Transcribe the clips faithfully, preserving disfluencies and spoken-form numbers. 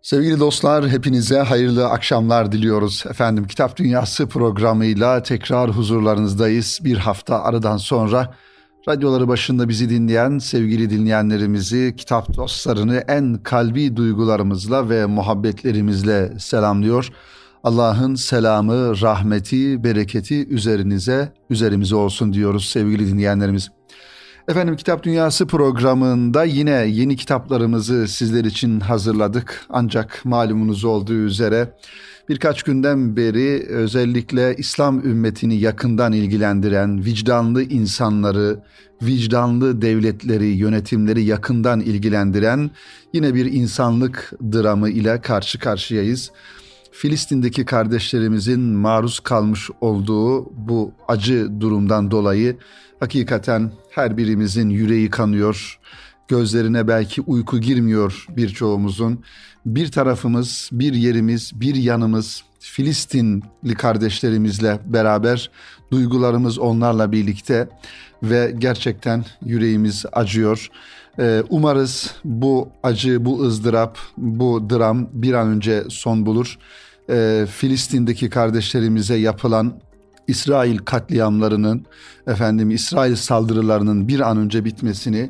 Sevgili dostlar, hepinize hayırlı akşamlar diliyoruz. Efendim, Kitap Dünyası programıyla tekrar huzurlarınızdayız. Bir hafta aradan sonra radyoları başında bizi dinleyen sevgili dinleyenlerimizi, kitap dostlarını en kalbi duygularımızla ve muhabbetlerimizle selamlıyor. Allah'ın selamı, rahmeti, bereketi üzerinize, üzerimize olsun diyoruz sevgili dinleyenlerimiz. Efendim, Kitap Dünyası programında yine yeni kitaplarımızı sizler için hazırladık. Ancak malumunuz olduğu üzere birkaç günden beri özellikle İslam ümmetini yakından ilgilendiren, vicdanlı insanları, vicdanlı devletleri, yönetimleri yakından ilgilendiren yine bir insanlık dramı ile karşı karşıyayız. Filistin'deki kardeşlerimizin maruz kalmış olduğu bu acı durumdan dolayı hakikaten her birimizin yüreği kanıyor, gözlerine belki uyku girmiyor birçoğumuzun. Bir tarafımız, bir yerimiz, bir yanımız Filistinli kardeşlerimizle beraber, duygularımız onlarla birlikte ve gerçekten yüreğimiz acıyor. Umarız bu acı, bu ızdırap, bu dram bir an önce son bulur. Filistin'deki kardeşlerimize yapılan İsrail katliamlarının, efendim İsrail saldırılarının bir an önce bitmesini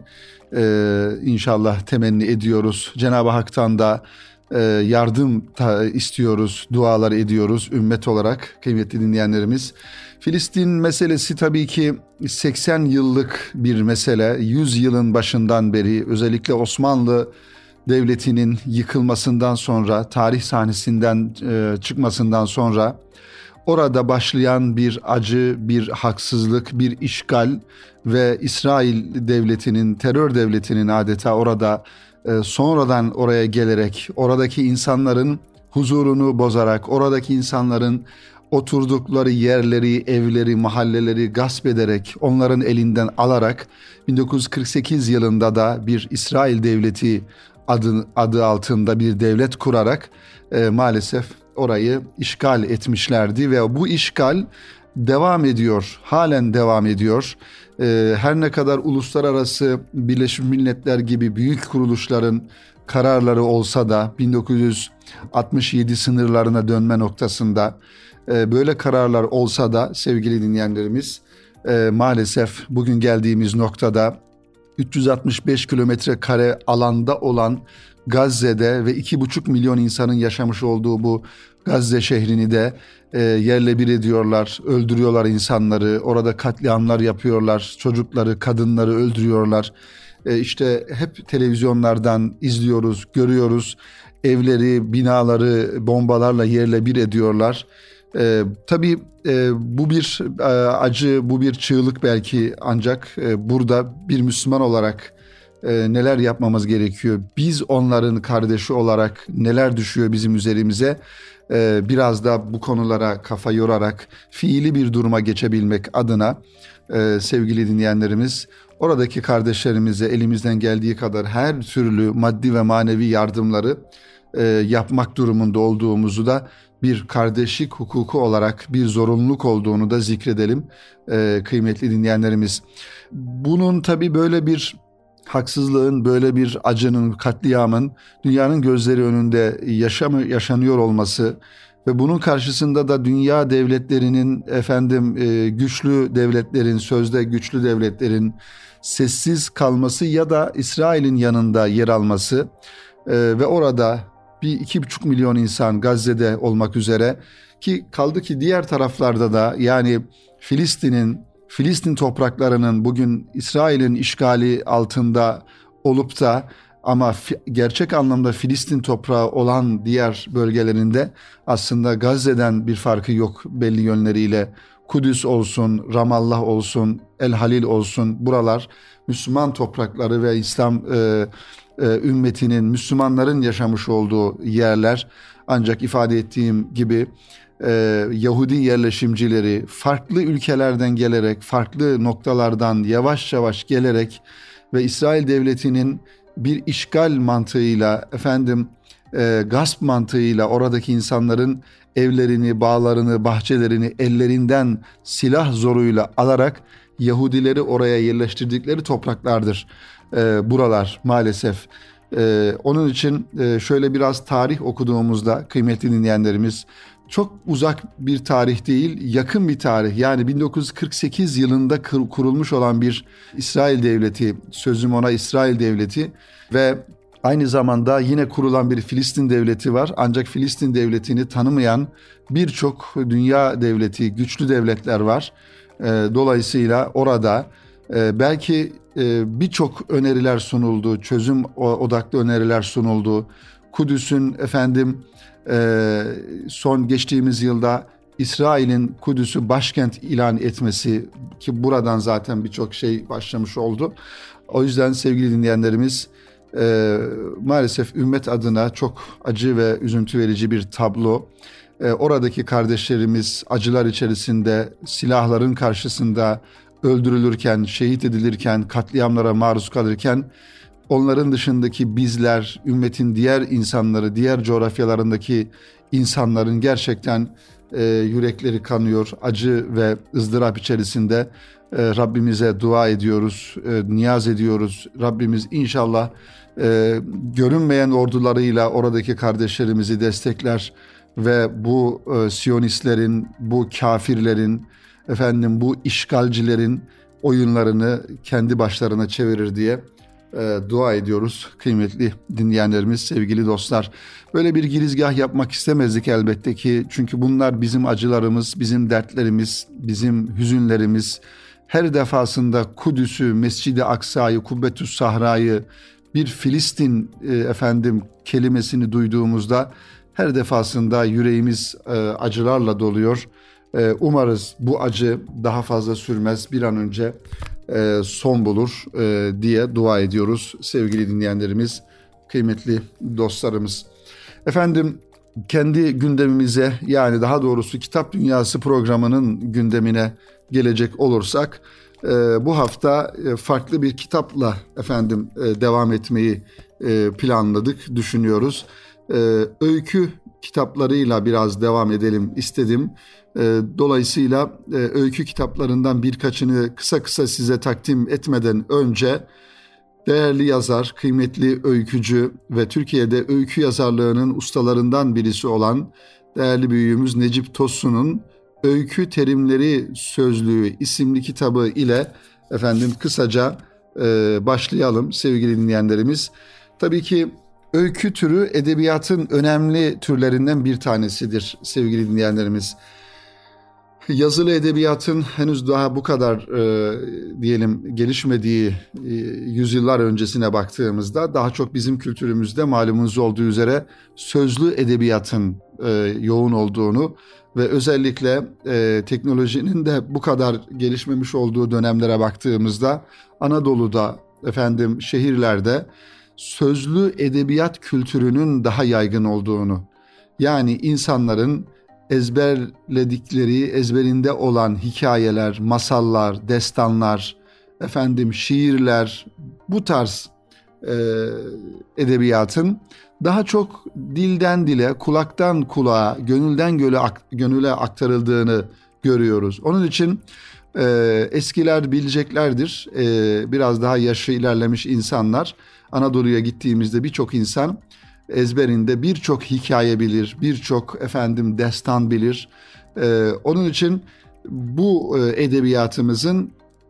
e, inşallah temenni ediyoruz. Cenab-ı Hak'tan da e, yardım ta, istiyoruz, dualar ediyoruz ümmet olarak kıymetli dinleyenlerimiz. Filistin meselesi tabii ki seksen yıllık bir mesele. yüz yılın başından beri özellikle Osmanlı Devleti'nin yıkılmasından sonra, tarih sahnesinden e, çıkmasından sonra orada başlayan bir acı, bir haksızlık, bir işgal ve İsrail devletinin, terör devletinin adeta orada e, sonradan oraya gelerek, oradaki insanların huzurunu bozarak, oradaki insanların oturdukları yerleri, evleri, mahalleleri gasp ederek, onların elinden alarak bin dokuz yüz kırk sekiz yılında da bir İsrail devleti adı, adı altında bir devlet kurarak e, maalesef orayı işgal etmişlerdi ve bu işgal devam ediyor, halen devam ediyor. Ee, her ne kadar uluslararası Birleşmiş Milletler gibi büyük kuruluşların kararları olsa da bin dokuz yüz altmış yedi sınırlarına dönme noktasında e, böyle kararlar olsa da sevgili dinleyenlerimiz e, maalesef bugün geldiğimiz noktada üç yüz altmış beş kilometre kare alanda olan Gazze'de ve iki buçuk milyon insanın yaşamış olduğu bu Gazze şehrini de e, yerle bir ediyorlar, öldürüyorlar insanları, orada katliamlar yapıyorlar, çocukları, kadınları öldürüyorlar. E, işte hep televizyonlardan izliyoruz, görüyoruz, evleri, binaları bombalarla yerle bir ediyorlar. E, tabii e, bu bir e, acı, bu bir çığlık belki, ancak e, burada bir Müslüman olarak e, neler yapmamız gerekiyor? Biz onların kardeşi olarak neler düşüyor bizim üzerimize? E, biraz da bu konulara kafa yorarak fiili bir duruma geçebilmek adına e, sevgili dinleyenlerimiz, oradaki kardeşlerimize elimizden geldiği kadar her türlü maddi ve manevi yardımları e, yapmak durumunda olduğumuzu da bir kardeşlik hukuku olarak bir zorunluluk olduğunu da zikredelim e, kıymetli dinleyenlerimiz. Bunun tabii böyle bir haksızlığın, böyle bir acının, katliamın dünyanın gözleri önünde yaşamı, yaşanıyor olması ve bunun karşısında da dünya devletlerinin, efendim e, güçlü devletlerin, sözde güçlü devletlerin sessiz kalması ya da İsrail'in yanında yer alması e, ve orada bir iki buçuk milyon insan Gazze'de olmak üzere, ki kaldı ki diğer taraflarda da, yani Filistin'in, Filistin topraklarının bugün İsrail'in işgali altında olup da ama fi, gerçek anlamda Filistin toprağı olan diğer bölgelerinde aslında Gazze'den bir farkı yok belli yönleriyle. Kudüs olsun, Ramallah olsun, El Halil olsun, buralar Müslüman toprakları ve İslam e, e, ümmetinin, Müslümanların yaşamış olduğu yerler. Ancak ifade ettiğim gibi e, Yahudi yerleşimcileri farklı ülkelerden gelerek, farklı noktalardan yavaş yavaş gelerek ve İsrail devletinin bir işgal mantığıyla, efendim e, gasp mantığıyla oradaki insanların evlerini, bağlarını, bahçelerini ellerinden silah zoruyla alarak Yahudileri oraya yerleştirdikleri topraklardır e, buralar maalesef. Ee, onun için e, şöyle biraz tarih okuduğumuzda kıymetli dinleyenlerimiz, çok uzak bir tarih değil, yakın bir tarih. Yani bin dokuz yüz kırk sekiz yılında kur, kurulmuş olan bir İsrail devleti, sözüm ona İsrail devleti ve aynı zamanda yine kurulan bir Filistin devleti var. Ancak Filistin devletini tanımayan birçok dünya devleti, güçlü devletler var. Ee, dolayısıyla orada e, belki e, birçok öneriler sunuldu, çözüm odaklı öneriler sunuldu. Kudüs'ün efendim e, son geçtiğimiz yılda İsrail'in Kudüs'ü başkent ilan etmesi, ki buradan zaten birçok şey başlamış oldu. O yüzden sevgili dinleyenlerimiz, e, maalesef ümmet adına çok acı ve üzüntü verici bir tablo. E, oradaki kardeşlerimiz acılar içerisinde, silahların karşısında öldürülürken, şehit edilirken, katliamlara maruz kalırken, onların dışındaki bizler, ümmetin diğer insanları, diğer coğrafyalarındaki insanların gerçekten e, yürekleri kanıyor. Acı ve ızdırap içerisinde e, Rabbimize dua ediyoruz, e, niyaz ediyoruz. Rabbimiz inşallah e, görünmeyen ordularıyla oradaki kardeşlerimizi destekler ve bu e, Siyonistlerin, bu kafirlerin, efendim bu işgalcilerin oyunlarını kendi başlarına çevirir diye e, dua ediyoruz kıymetli dinleyenlerimiz, sevgili dostlar. Böyle bir girizgah yapmak istemezdik elbette ki, çünkü bunlar bizim acılarımız, bizim dertlerimiz, bizim hüzünlerimiz. Her defasında Kudüs'ü, Mescid-i Aksa'yı, Kubbetü's Sahra'yı, bir Filistin e, efendim kelimesini duyduğumuzda her defasında yüreğimiz e, acılarla doluyor. E, umarız bu acı daha fazla sürmez, bir an önce e, son bulur e, diye dua ediyoruz sevgili dinleyenlerimiz, kıymetli dostlarımız. Efendim, kendi gündemimize, yani daha doğrusu Kitap Dünyası programının gündemine gelecek olursak, e, bu hafta e, farklı bir kitapla efendim e, devam etmeyi e, planladık, düşünüyoruz. E, öykü kitaplarıyla biraz devam edelim istedim. E, dolayısıyla e, öykü kitaplarından birkaçını kısa kısa size takdim etmeden önce, değerli yazar, kıymetli öykücü ve Türkiye'de öykü yazarlığının ustalarından birisi olan değerli büyüğümüz Necip Tosun'un Öykü Terimleri Sözlüğü isimli kitabı ile efendim kısaca e, başlayalım sevgili dinleyenlerimiz. Tabii ki öykü türü edebiyatın önemli türlerinden bir tanesidir sevgili dinleyenlerimiz. Yazılı edebiyatın henüz daha bu kadar e, diyelim gelişmediği e, yüzyıllar öncesine baktığımızda, daha çok bizim kültürümüzde malumunuz olduğu üzere sözlü edebiyatın e, yoğun olduğunu ve özellikle e, teknolojinin de bu kadar gelişmemiş olduğu dönemlere baktığımızda Anadolu'da, efendim şehirlerde sözlü edebiyat kültürünün daha yaygın olduğunu, yani insanların ezberledikleri, ezberinde olan hikayeler, masallar, destanlar, efendim şiirler, bu tarz e, edebiyatın daha çok dilden dile, kulaktan kulağa, gönülden göle, gönüle aktarıldığını görüyoruz. Onun için e, eskiler bileceklerdir, e, biraz daha yaşı ilerlemiş insanlar, Anadolu'ya gittiğimizde birçok insan ezberinde birçok hikaye bilir, birçok efendim destan bilir. Ee, onun için bu e, edebiyatımızın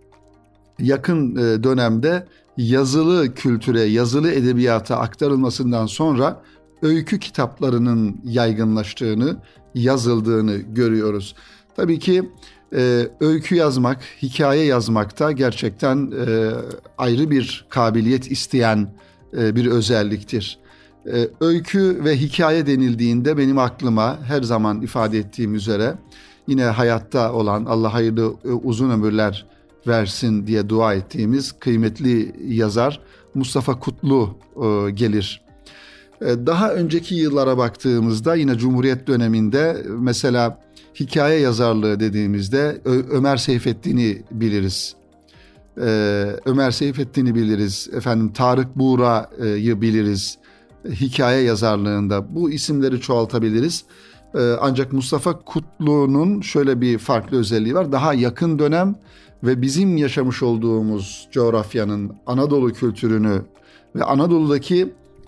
yakın e, dönemde yazılı kültüre, yazılı edebiyata aktarılmasından sonra öykü kitaplarının yaygınlaştığını, yazıldığını görüyoruz. Tabii ki e, öykü yazmak, hikaye yazmak da gerçekten e, ayrı bir kabiliyet isteyen e, bir özelliktir. Ee, öykü ve hikaye denildiğinde benim aklıma her zaman ifade ettiğim üzere yine hayatta olan, Allah hayırlı uzun ömürler versin diye dua ettiğimiz kıymetli yazar Mustafa Kutlu e, gelir. E, daha önceki yıllara baktığımızda yine Cumhuriyet döneminde mesela hikaye yazarlığı dediğimizde Ö- Ömer Seyfettin'i biliriz. Ee, Ömer Seyfettin'i biliriz. Efendim Tarık Buğra'yı biliriz. Hikaye yazarlığında bu isimleri çoğaltabiliriz. Ee, ancak Mustafa Kutlu'nun şöyle bir farklı özelliği var. Daha yakın dönem ve bizim yaşamış olduğumuz coğrafyanın Anadolu kültürünü ve Anadolu'daki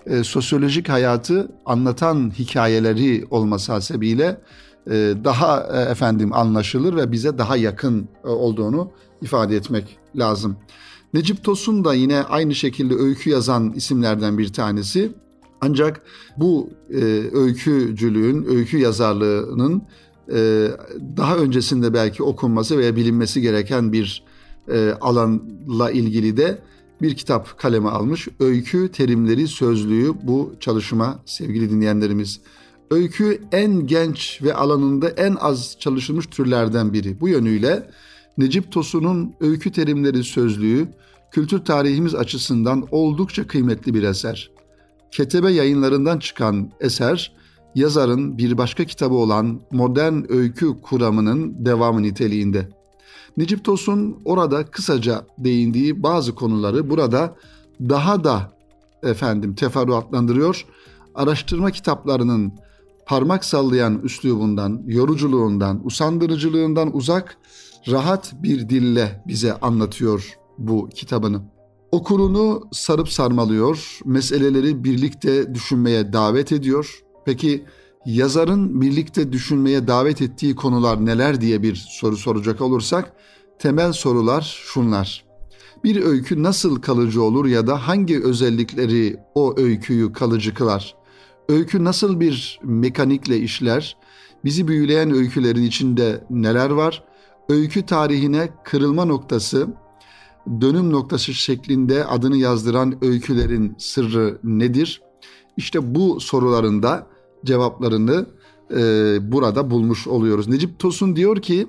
e, sosyolojik hayatı anlatan hikayeleri olması hasebiyle e, daha e, efendim anlaşılır ve bize daha yakın e, olduğunu ifade etmek lazım. Necip Tosun da yine aynı şekilde öykü yazan isimlerden bir tanesi. Ancak bu e, öykücülüğün, öykü yazarlığının e, daha öncesinde belki okunması veya bilinmesi gereken bir e, alanla ilgili de bir kitap kaleme almış. Öykü Terimleri Sözlüğü bu çalışma sevgili dinleyenlerimiz. Öykü en genç ve alanında en az çalışılmış türlerden biri. Bu yönüyle Necip Tosun'un Öykü Terimleri Sözlüğü kültür tarihimiz açısından oldukça kıymetli bir eser. Ketebe Yayınlarından çıkan eser, yazarın bir başka kitabı olan Modern Öykü Kuramı'nın devamı niteliğinde. Necip Tosun orada kısaca değindiği bazı konuları burada daha da efendim teferruatlandırıyor. Araştırma kitaplarının parmak sallayan üslubundan, yoruculuğundan, usandırıcılığından uzak, rahat bir dille bize anlatıyor bu kitabını. Okurunu sarıp sarmalıyor, meseleleri birlikte düşünmeye davet ediyor. Peki yazarın birlikte düşünmeye davet ettiği konular neler diye bir soru soracak olursak, temel sorular şunlar. Bir öykü nasıl kalıcı olur ya da hangi özellikleri o öyküyü kalıcı kılar? Öykü nasıl bir mekanikle işler? Bizi büyüleyen öykülerin içinde neler var? Öykü tarihine kırılma noktası, dönüm noktası şeklinde adını yazdıran öykülerin sırrı nedir? İşte bu soruların da cevaplarını e, burada bulmuş oluyoruz. Necip Tosun diyor ki,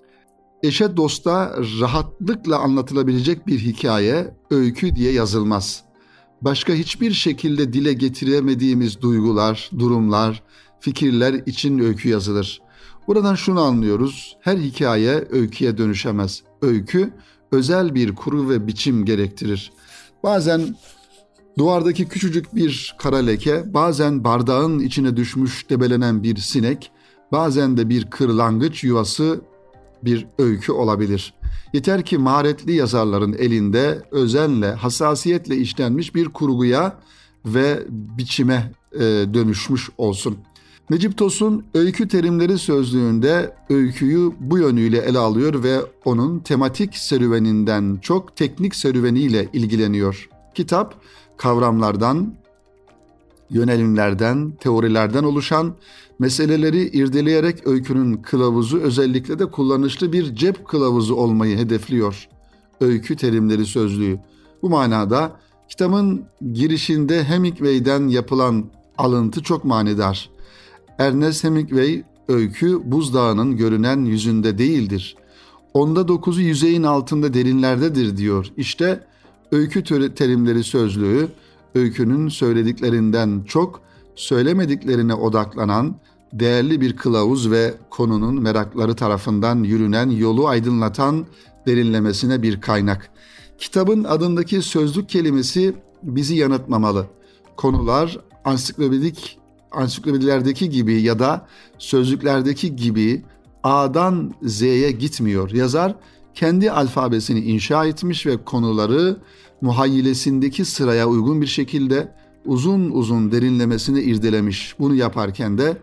eşe dosta rahatlıkla anlatılabilecek bir hikaye öykü diye yazılmaz. Başka hiçbir şekilde dile getiremediğimiz duygular, durumlar, fikirler için öykü yazılır. Buradan şunu anlıyoruz, her hikaye öyküye dönüşemez. Öykü özel bir kuru ve biçim gerektirir. Bazen duvardaki küçücük bir kara leke, bazen bardağın içine düşmüş debelenen bir sinek, bazen de bir kırlangıç yuvası bir öykü olabilir. Yeter ki maharetli yazarların elinde özenle, hassasiyetle işlenmiş bir kurguya ve biçime e, dönüşmüş olsun. Necip Tosun Öykü Terimleri Sözlüğü'nde öyküyü bu yönüyle ele alıyor ve onun tematik serüveninden çok teknik serüveniyle ilgileniyor. Kitap kavramlardan, yönelimlerden, teorilerden oluşan, meseleleri irdeleyerek öykünün kılavuzu, özellikle de kullanışlı bir cep kılavuzu olmayı hedefliyor. Öykü Terimleri Sözlüğü. Bu manada kitabın girişinde Hemingway'den yapılan alıntı çok manidar. Ernest Hemingway, öykü buzdağının görünen yüzünde değildir. Onda dokuzu yüzeyin altında derinlerdedir diyor. İşte Öykü Terimleri Sözlüğü, öykünün söylediklerinden çok söylemediklerine odaklanan değerli bir kılavuz ve konunun merakları tarafından yürünen yolu aydınlatan derinlemesine bir kaynak. Kitabın adındaki sözlük kelimesi bizi yanıltmamalı. Konular ansiklopedik, ansiklopedilerdeki gibi ya da sözlüklerdeki gibi A'dan Z'ye gitmiyor. Yazar kendi alfabesini inşa etmiş ve konuları muhayyilesindeki sıraya uygun bir şekilde uzun uzun derinlemesine irdelemiş. Bunu yaparken de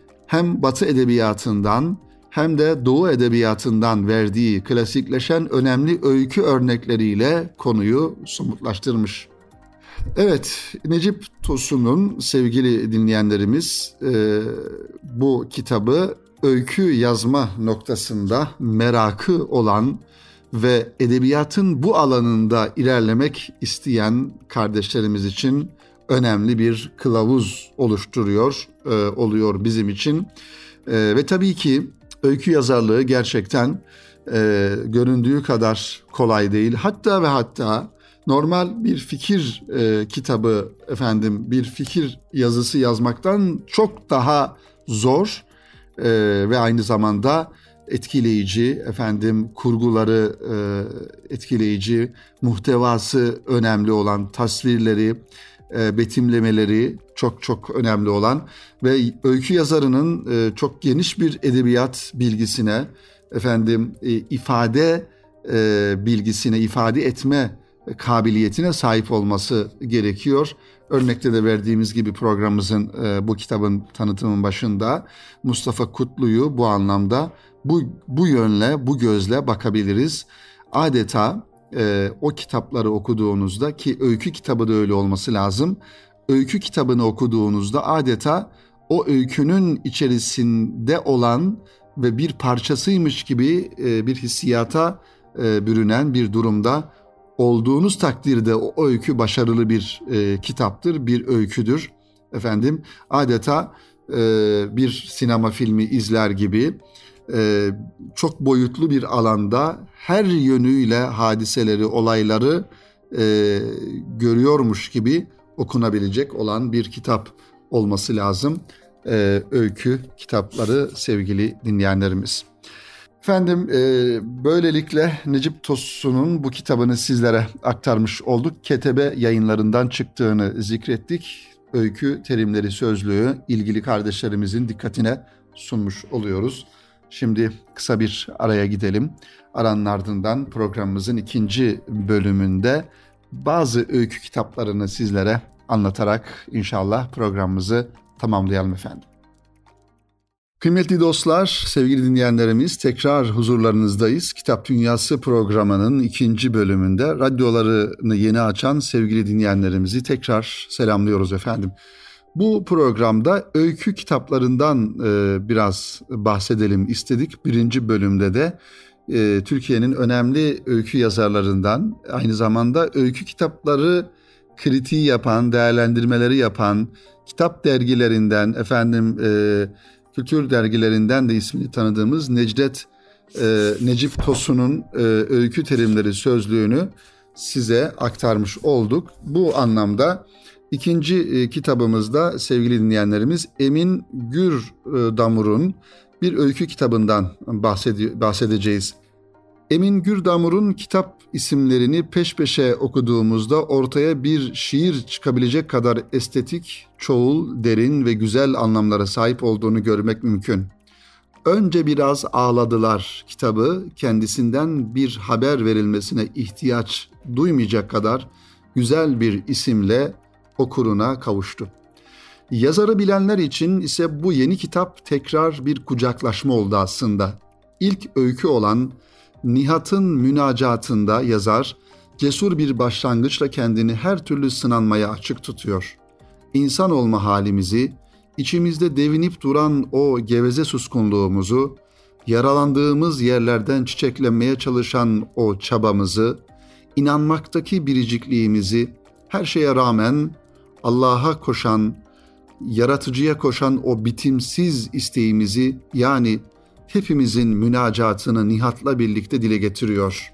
hem Batı edebiyatından hem de Doğu edebiyatından verdiği klasikleşen önemli öykü örnekleriyle konuyu somutlaştırmış. Evet, Necip Tosun'un sevgili dinleyenlerimiz e, bu kitabı öykü yazma noktasında merakı olan ve edebiyatın bu alanında ilerlemek isteyen kardeşlerimiz için önemli bir kılavuz oluşturuyor, e, oluyor bizim için. E, ve tabii ki öykü yazarlığı gerçekten e, göründüğü kadar kolay değil. Hatta ve hatta normal bir fikir e, kitabı, efendim bir fikir yazısı yazmaktan çok daha zor e, ve aynı zamanda etkileyici, efendim kurguları e, etkileyici, muhtevası önemli olan, tasvirleri, e, betimlemeleri çok çok önemli olan ve öykü yazarının e, çok geniş bir edebiyat bilgisine, efendim e, ifade e, bilgisine, ifade etme kabiliyetine sahip olması gerekiyor. Örnekte de verdiğimiz gibi programımızın e, bu kitabın tanıtımın başında Mustafa Kutlu'yu bu anlamda bu bu yönle, bu gözle bakabiliriz. Adeta e, o kitapları okuduğunuzda, ki öykü kitabı da öyle olması lazım. Öykü kitabını okuduğunuzda adeta o öykünün içerisinde olan ve bir parçasıymış gibi e, bir hissiyata e, bürünen bir durumda olduğunuz takdirde o öykü başarılı bir e, kitaptır, bir öyküdür. Efendim adeta e, bir sinema filmi izler gibi e, çok boyutlu bir alanda her yönüyle hadiseleri, olayları e, görüyormuş gibi okunabilecek olan bir kitap olması lazım. E, öykü kitapları sevgili dinleyenlerimiz. Efendim e, böylelikle Necip Tosun'un bu kitabını sizlere aktarmış olduk. Ketebe Yayınlarından çıktığını zikrettik. Öykü terimleri sözlüğü ilgili kardeşlerimizin dikkatine sunmuş oluyoruz. Şimdi kısa bir araya gidelim. Aranın ardından programımızın ikinci bölümünde bazı öykü kitaplarını sizlere anlatarak inşallah programımızı tamamlayalım efendim. Kıymetli dostlar, sevgili dinleyenlerimiz, tekrar huzurlarınızdayız. Kitap Dünyası programının ikinci bölümünde radyolarını yeni açan sevgili dinleyenlerimizi tekrar selamlıyoruz efendim. Bu programda öykü kitaplarından e, biraz bahsedelim istedik. Birinci bölümde de e, Türkiye'nin önemli öykü yazarlarından, aynı zamanda öykü kitapları kritiği yapan, değerlendirmeleri yapan, kitap dergilerinden, efendim e, kültür dergilerinden de ismini tanıdığımız Necdet e, Necip Tosun'un e, öykü terimleri sözlüğünü size aktarmış olduk. Bu anlamda ikinci e, kitabımızda sevgili dinleyenlerimiz Emin Gürdamur'un bir öykü kitabından bahsede- bahsedeceğiz. Emin Gürdamur'un kitap isimlerini peş peşe okuduğumuzda ortaya bir şiir çıkabilecek kadar estetik, çoğul, derin ve güzel anlamlara sahip olduğunu görmek mümkün. Önce biraz ağladılar kitabı kendisinden bir haber verilmesine ihtiyaç duymayacak kadar güzel bir isimle okuruna kavuştu. Yazarı bilenler için ise bu yeni kitap tekrar bir kucaklaşma oldu aslında. İlk öykü olan Nihat'ın münacatında yazar, cesur bir başlangıçla kendini her türlü sınanmaya açık tutuyor. İnsan olma halimizi, içimizde devinip duran o geveze suskunluğumuzu, yaralandığımız yerlerden çiçeklenmeye çalışan o çabamızı, inanmaktaki biricikliğimizi, her şeye rağmen Allah'a koşan, yaratıcıya koşan o bitimsiz isteğimizi, yani hepimizin münacatını Nihat'la birlikte dile getiriyor.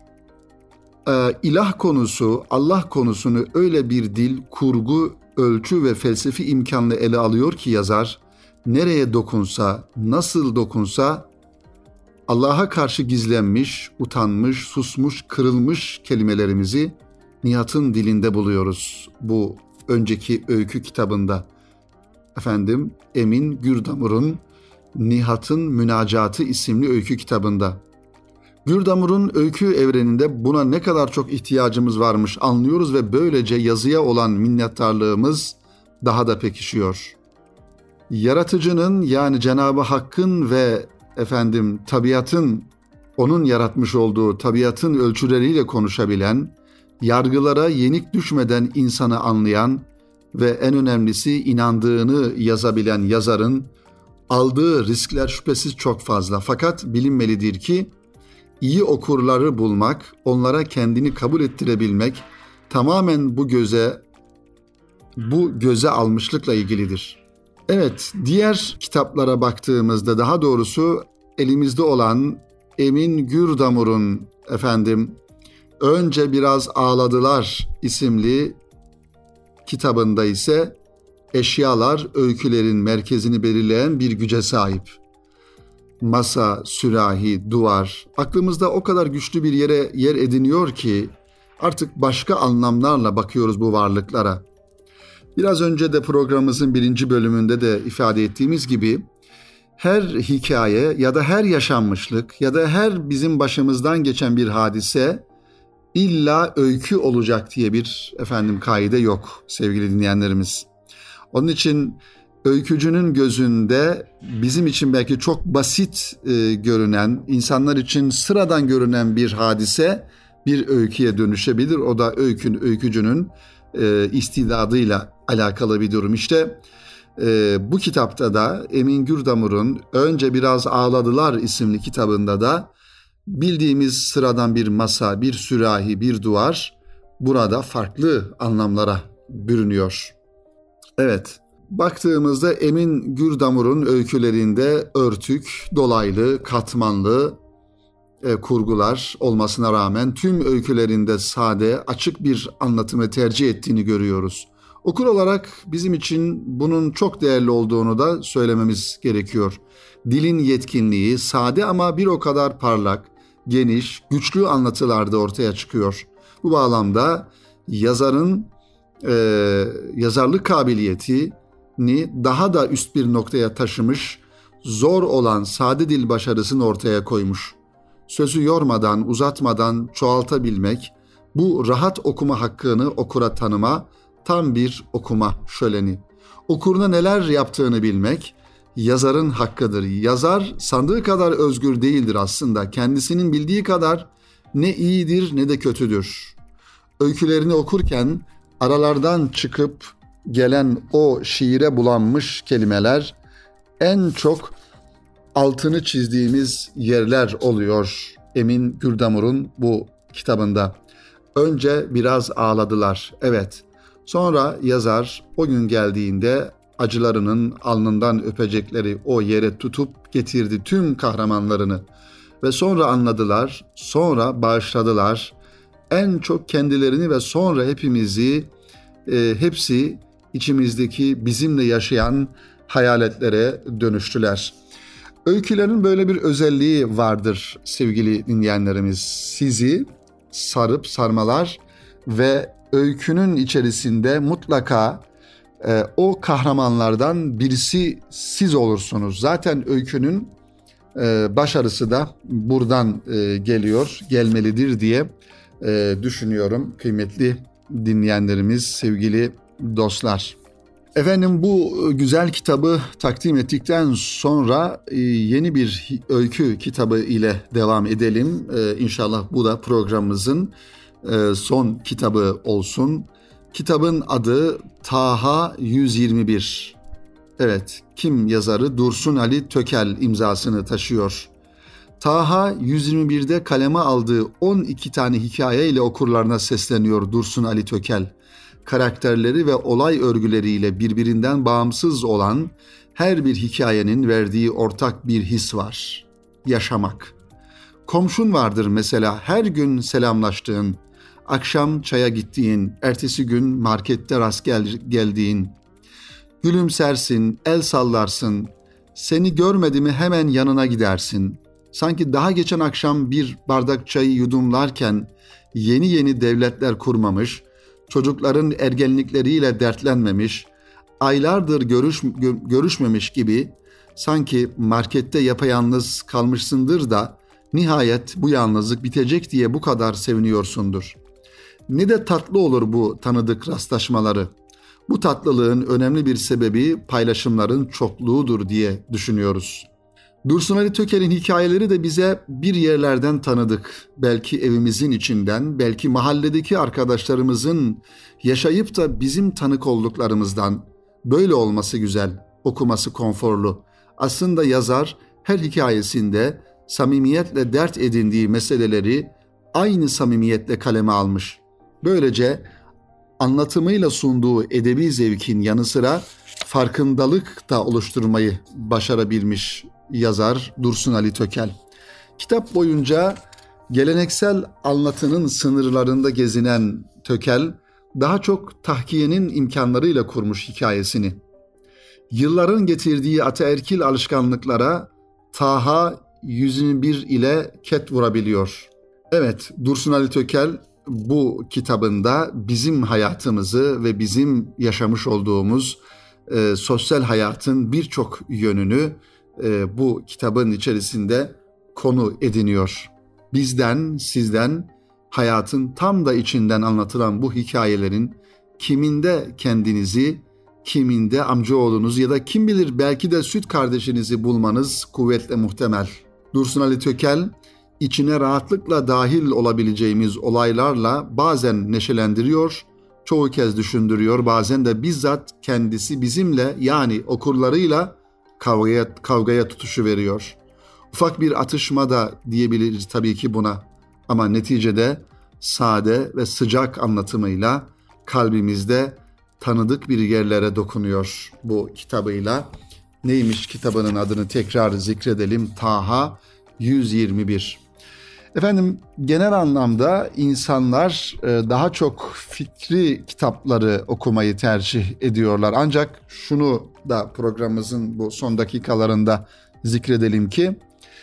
Ee, ilah konusu, Allah konusunu öyle bir dil, kurgu, ölçü ve felsefi imkanla ele alıyor ki yazar, nereye dokunsa, nasıl dokunsa, Allah'a karşı gizlenmiş, utanmış, susmuş, kırılmış kelimelerimizi Nihat'ın dilinde buluyoruz bu önceki öykü kitabında. Efendim, Emin Gürdamur'un Nihat'ın Münacatı isimli öykü kitabında. Gürdamur'un öykü evreninde buna ne kadar çok ihtiyacımız varmış anlıyoruz ve böylece yazıya olan minnettarlığımız daha da pekişiyor. Yaratıcının, yani Cenab-ı Hakk'ın ve efendim tabiatın, onun yaratmış olduğu tabiatın ölçüleriyle konuşabilen, yargılara yenik düşmeden insanı anlayan ve en önemlisi inandığını yazabilen yazarın aldığı riskler şüphesiz çok fazla. Fakat bilinmelidir ki iyi okurları bulmak, onlara kendini kabul ettirebilmek tamamen bu göze bu göze almışlıkla ilgilidir. Evet, diğer kitaplara baktığımızda, daha doğrusu elimizde olan Emin Gürdamur'un efendim Önce Biraz Ağladılar isimli kitabında ise eşyalar öykülerin merkezini belirleyen bir güce sahip. Masa, sürahi, duvar aklımızda o kadar güçlü bir yere yer ediniyor ki artık başka anlamlarla bakıyoruz bu varlıklara. Biraz önce de programımızın birinci bölümünde de ifade ettiğimiz gibi her hikaye ya da her yaşanmışlık ya da her bizim başımızdan geçen bir hadise illa öykü olacak diye bir efendim kaide yok sevgili dinleyenlerimiz. Onun için öykücünün gözünde bizim için belki çok basit e, görünen, insanlar için sıradan görünen bir hadise bir öyküye dönüşebilir. O da öykün, öykücünün e, istidadıyla alakalı bir durum. İşte e, bu kitapta da Emin Gürdamur'un Önce Biraz Ağladılar isimli kitabında da bildiğimiz sıradan bir masa, bir sürahi, bir duvar burada farklı anlamlara bürünüyor. Evet, baktığımızda Emin Gürdamur'un öykülerinde örtük, dolaylı, katmanlı e, kurgular olmasına rağmen tüm öykülerinde sade, açık bir anlatımı tercih ettiğini görüyoruz. Okur olarak bizim için bunun çok değerli olduğunu da söylememiz gerekiyor. Dilin yetkinliği sade ama bir o kadar parlak, geniş, güçlü anlatılarda ortaya çıkıyor. Bu bağlamda yazarın e, yazarlık kabiliyetini daha da üst bir noktaya taşımış, zor olan sade dil başarısını ortaya koymuş. Sözü yormadan, uzatmadan çoğaltabilmek, bu rahat okuma hakkını okura tanıma, tam bir okuma şöleni. Okuruna neler yaptığını bilmek, yazarın hakkıdır. Yazar sandığı kadar özgür değildir aslında. Kendisinin bildiği kadar ne iyidir ne de kötüdür. Öykülerini okurken aralardan çıkıp gelen o şiire bulanmış kelimeler en çok altını çizdiğimiz yerler oluyor Emin Gürdamur'un bu kitabında. Önce biraz ağladılar, evet. Sonra yazar o gün geldiğinde acılarının alnından öpecekleri o yere tutup getirdi tüm kahramanlarını. Ve sonra anladılar, sonra bağışladılar. En çok kendilerini ve sonra hepimizi, e, hepsi içimizdeki bizimle yaşayan hayaletlere dönüştüler. Öykülerin böyle bir özelliği vardır sevgili dinleyenlerimiz. Sizi sarıp sarmalar ve öykünün içerisinde mutlaka e, o kahramanlardan birisi siz olursunuz. Zaten öykünün e, başarısı da buradan e, geliyor, gelmelidir diye e, düşünüyorum kıymetli dinleyenlerimiz, sevgili dostlar. Efendim bu güzel kitabı takdim ettikten sonra yeni bir öykü kitabı ile devam edelim. İnşallah bu da programımızın son kitabı olsun. Kitabın adı Taha yüz yirmi bir. Evet, kim yazarı? Dursun Ali Tökel imzasını taşıyor. Taha yüz yirmi birde kaleme aldığı on iki tane hikaye ile okurlarına sesleniyor Dursun Ali Tökel. Karakterleri ve olay örgüleriyle birbirinden bağımsız olan her bir hikayenin verdiği ortak bir his var. Yaşamak. Komşun vardır mesela, her gün selamlaştığın, akşam çaya gittiğin, ertesi gün markette rast gel- geldiğin. Gülümsersin, el sallarsın, seni görmedi mi hemen yanına gidersin. Sanki daha geçen akşam bir bardak çayı yudumlarken yeni yeni devletler kurmamış, çocukların ergenlikleriyle dertlenmemiş, aylardır görüş, görüşmemiş gibi sanki markette yapayalnız kalmışsındır da nihayet bu yalnızlık bitecek diye bu kadar seviniyorsundur. Ne de tatlı olur bu tanıdık rastlaşmaları. Bu tatlılığın önemli bir sebebi paylaşımların çokluğudur diye düşünüyoruz. Dursun Ali Tökel'in hikayeleri de bize bir yerlerden tanıdık. Belki evimizin içinden, belki mahalledeki arkadaşlarımızın yaşayıp da bizim tanık olduklarımızdan. Böyle olması güzel, okuması konforlu. Aslında yazar her hikayesinde samimiyetle dert edindiği meseleleri aynı samimiyetle kaleme almış. Böylece anlatımıyla sunduğu edebi zevkin yanı sıra farkındalık da oluşturmayı başarabilmiş yazar Dursun Ali Tökel. Kitap boyunca geleneksel anlatının sınırlarında gezinen Tökel, daha çok tahkiyenin imkanlarıyla kurmuş hikayesini. Yılların getirdiği ataerkil alışkanlıklara Taha yüz yirmi bir ile ket vurabiliyor. Evet, Dursun Ali Tökel bu kitabında bizim hayatımızı ve bizim yaşamış olduğumuz e, sosyal hayatın birçok yönünü e, bu kitabın içerisinde konu ediniyor. Bizden, sizden hayatın tam da içinden anlatılan bu hikayelerin kiminde kendinizi, kiminde amcaoğlunuzu ya da kim bilir belki de süt kardeşinizi bulmanız kuvvetle muhtemel. Dursun Ali Tökel, içine rahatlıkla dahil olabileceğimiz olaylarla bazen neşelendiriyor, çoğu kez düşündürüyor, bazen de bizzat kendisi bizimle yani okurlarıyla kavgaya, kavgaya tutuşu veriyor. Ufak bir atışma da diyebiliriz tabii ki buna. Ama neticede sade ve sıcak anlatımıyla kalbimizde tanıdık bir yerlere dokunuyor bu kitabıyla. Neymiş kitabının adını tekrar zikredelim. Taha yüz yirmi bir. Efendim genel anlamda insanlar daha çok fikri kitapları okumayı tercih ediyorlar. Ancak şunu da programımızın bu son dakikalarında zikredelim ki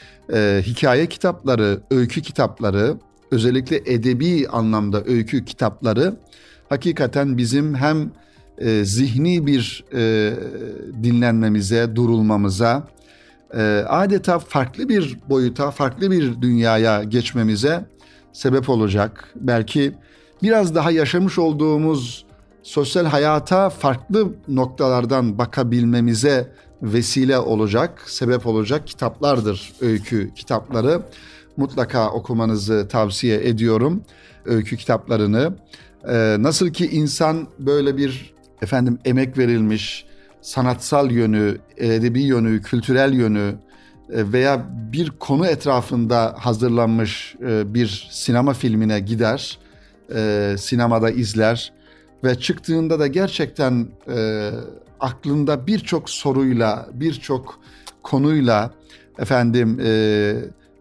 e, hikaye kitapları, öykü kitapları, özellikle edebi anlamda öykü kitapları hakikaten bizim hem e, zihni bir e, dinlenmemize, durulmamıza, e, adeta farklı bir boyuta, farklı bir dünyaya geçmemize sebep olacak. Belki biraz daha yaşamış olduğumuz sosyal hayata farklı noktalardan bakabilmemize vesile olacak, sebep olacak kitaplardır öykü kitapları. Mutlaka okumanızı tavsiye ediyorum öykü kitaplarını. Ee, nasıl ki insan böyle bir efendim emek verilmiş sanatsal yönü, edebi yönü, kültürel yönü veya bir konu etrafında hazırlanmış bir sinema filmine gider, sinemada izler ve çıktığında da gerçekten e, aklında birçok soruyla, birçok konuyla efendim e,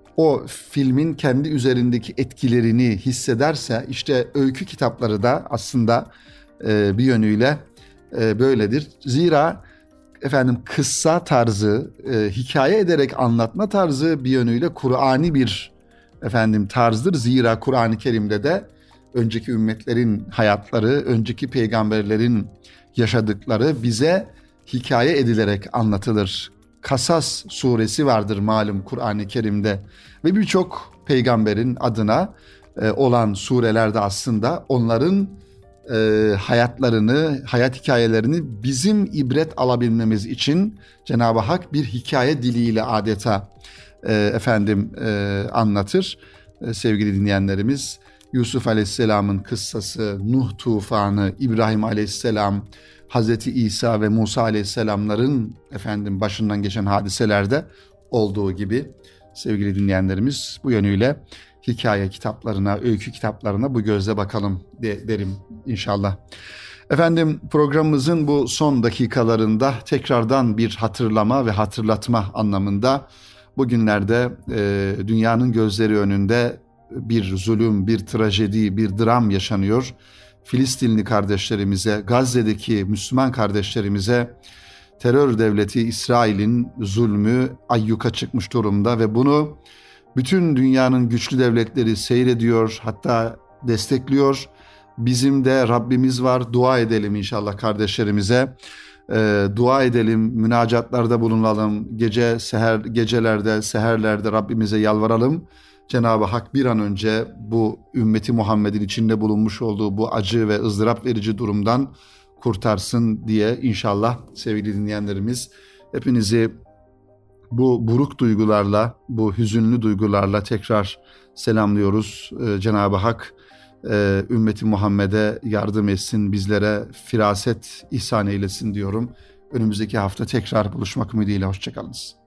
o filmin kendi üzerindeki etkilerini hissederse, işte öykü kitapları da aslında e, bir yönüyle e, böyledir. Zira efendim kıssa tarzı, e, hikaye ederek anlatma tarzı bir yönüyle Kur'ani bir efendim tarzdır. Zira Kur'an-ı Kerim'de de önceki ümmetlerin hayatları, önceki peygamberlerin yaşadıkları bize hikaye edilerek anlatılır. Kasas suresi vardır malum Kur'an-ı Kerim'de ve birçok peygamberin adına e, olan surelerde aslında onların e, hayatlarını, hayat hikayelerini bizim ibret alabilmemiz için Cenab-ı Hak bir hikaye diliyle adeta e, efendim e, anlatır. E, sevgili dinleyenlerimiz, Yusuf Aleyhisselam'ın kıssası, Nuh tufanı, İbrahim Aleyhisselam, Hazreti İsa ve Musa Aleyhisselamların efendim başından geçen hadiselerde olduğu gibi sevgili dinleyenlerimiz bu yönüyle hikaye kitaplarına, öykü kitaplarına bu gözle bakalım de, derim inşallah. Efendim programımızın bu son dakikalarında tekrardan bir hatırlama ve hatırlatma anlamında bugünlerde e, dünyanın gözleri önünde bir zulüm, bir trajedi, bir dram yaşanıyor. Filistinli kardeşlerimize, Gazze'deki Müslüman kardeşlerimize terör devleti İsrail'in zulmü ayyuka çıkmış durumda ve bunu bütün dünyanın güçlü devletleri seyrediyor, hatta destekliyor. Bizim de Rabbimiz var, dua edelim inşallah kardeşlerimize. E, dua edelim, münacatlarda bulunalım, gece seher gecelerde, seherlerde Rabbimize yalvaralım. Cenab-ı Hak bir an önce bu ümmeti Muhammed'in içinde bulunmuş olduğu bu acı ve ızdırap verici durumdan kurtarsın diye inşallah sevgili dinleyenlerimiz hepinizi bu buruk duygularla, bu hüzünlü duygularla tekrar selamlıyoruz. Ee, Cenab-ı Hak e, ümmeti Muhammed'e yardım etsin, bizlere firaset ihsan eylesin diyorum. Önümüzdeki hafta tekrar buluşmak ümidiyle, hoşçakalınız.